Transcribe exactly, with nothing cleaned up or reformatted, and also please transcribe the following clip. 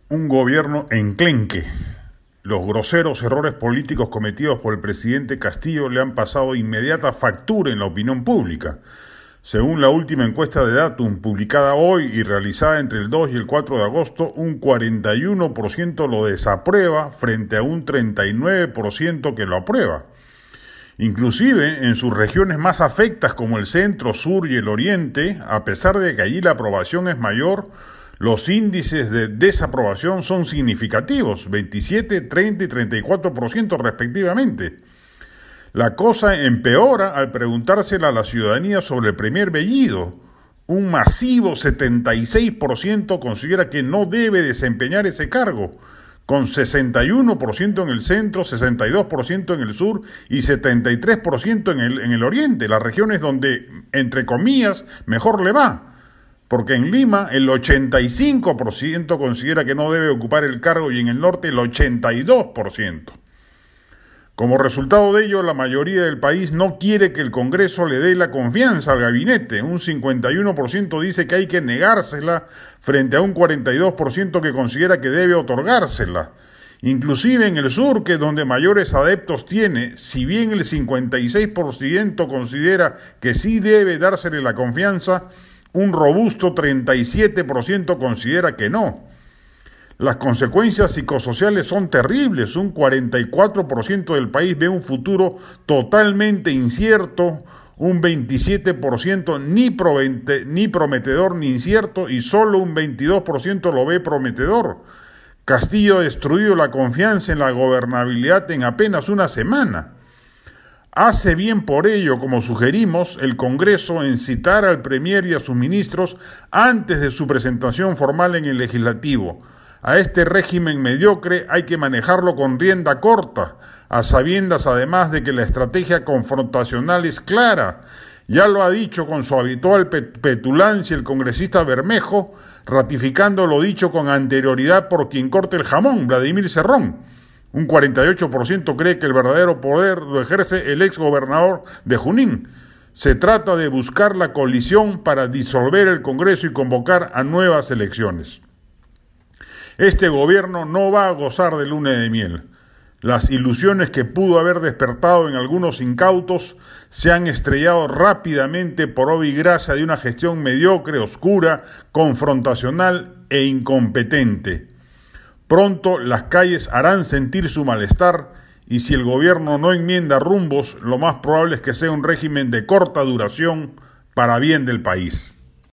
Un gobierno enclenque. Los groseros errores políticos cometidos por el presidente Castillo le han pasado inmediata factura en la opinión pública. Según la última encuesta de Datum, publicada hoy y realizada entre el dos y el cuatro de agosto, un cuarenta y uno por ciento lo desaprueba frente a un treinta y nueve por ciento que lo aprueba. Inclusive, en sus regiones más afectas como el centro, sur y el oriente, a pesar de que allí la aprobación es mayor, los índices de desaprobación son significativos, veintisiete, treinta y treinta y cuatro por ciento respectivamente. La cosa empeora al preguntársela a la ciudadanía sobre el Premier Bellido. Un masivo setenta y seis por ciento considera que no debe desempeñar ese cargo, con sesenta y uno por ciento en el centro, sesenta y dos por ciento en el sur y setenta y tres por ciento en el, en el oriente, las regiones donde, entre comillas, mejor le va. Porque en Lima el ochenta y cinco por ciento considera que no debe ocupar el cargo y en el norte el ochenta y dos por ciento. Como resultado de ello, la mayoría del país no quiere que el Congreso le dé la confianza al gabinete. Un cincuenta y uno por ciento dice que hay que negársela frente a un cuarenta y dos por ciento que considera que debe otorgársela. Inclusive en el sur, que es donde mayores adeptos tiene, si bien el cincuenta y seis por ciento considera que sí debe dársele la confianza, un robusto treinta y siete por ciento considera que no. Las consecuencias psicosociales son terribles. Un cuarenta y cuatro por ciento del país ve un futuro totalmente incierto, un veintisiete por ciento ni, provente, ni prometedor ni incierto y solo un veintidós por ciento lo ve prometedor. Castillo ha destruido la confianza en la gobernabilidad en apenas una semana. Hace bien por ello, como sugerimos, el Congreso en citar al Premier y a sus ministros antes de su presentación formal en el Legislativo. A este régimen mediocre hay que manejarlo con rienda corta, a sabiendas además de que la estrategia confrontacional es clara. Ya lo ha dicho con su habitual petulancia el congresista Bermejo, ratificando lo dicho con anterioridad por quien corte el jamón, Vladimir Cerrón. Un cuarenta y ocho por ciento cree que el verdadero poder lo ejerce el exgobernador de Junín. Se trata de buscar la colisión para disolver el Congreso y convocar a nuevas elecciones. Este gobierno no va a gozar de luna de miel. Las ilusiones que pudo haber despertado en algunos incautos se han estrellado rápidamente por obra y gracia de una gestión mediocre, oscura, confrontacional e incompetente. Pronto las calles harán sentir su malestar y si el gobierno no enmienda rumbos, lo más probable es que sea un régimen de corta duración para bien del país.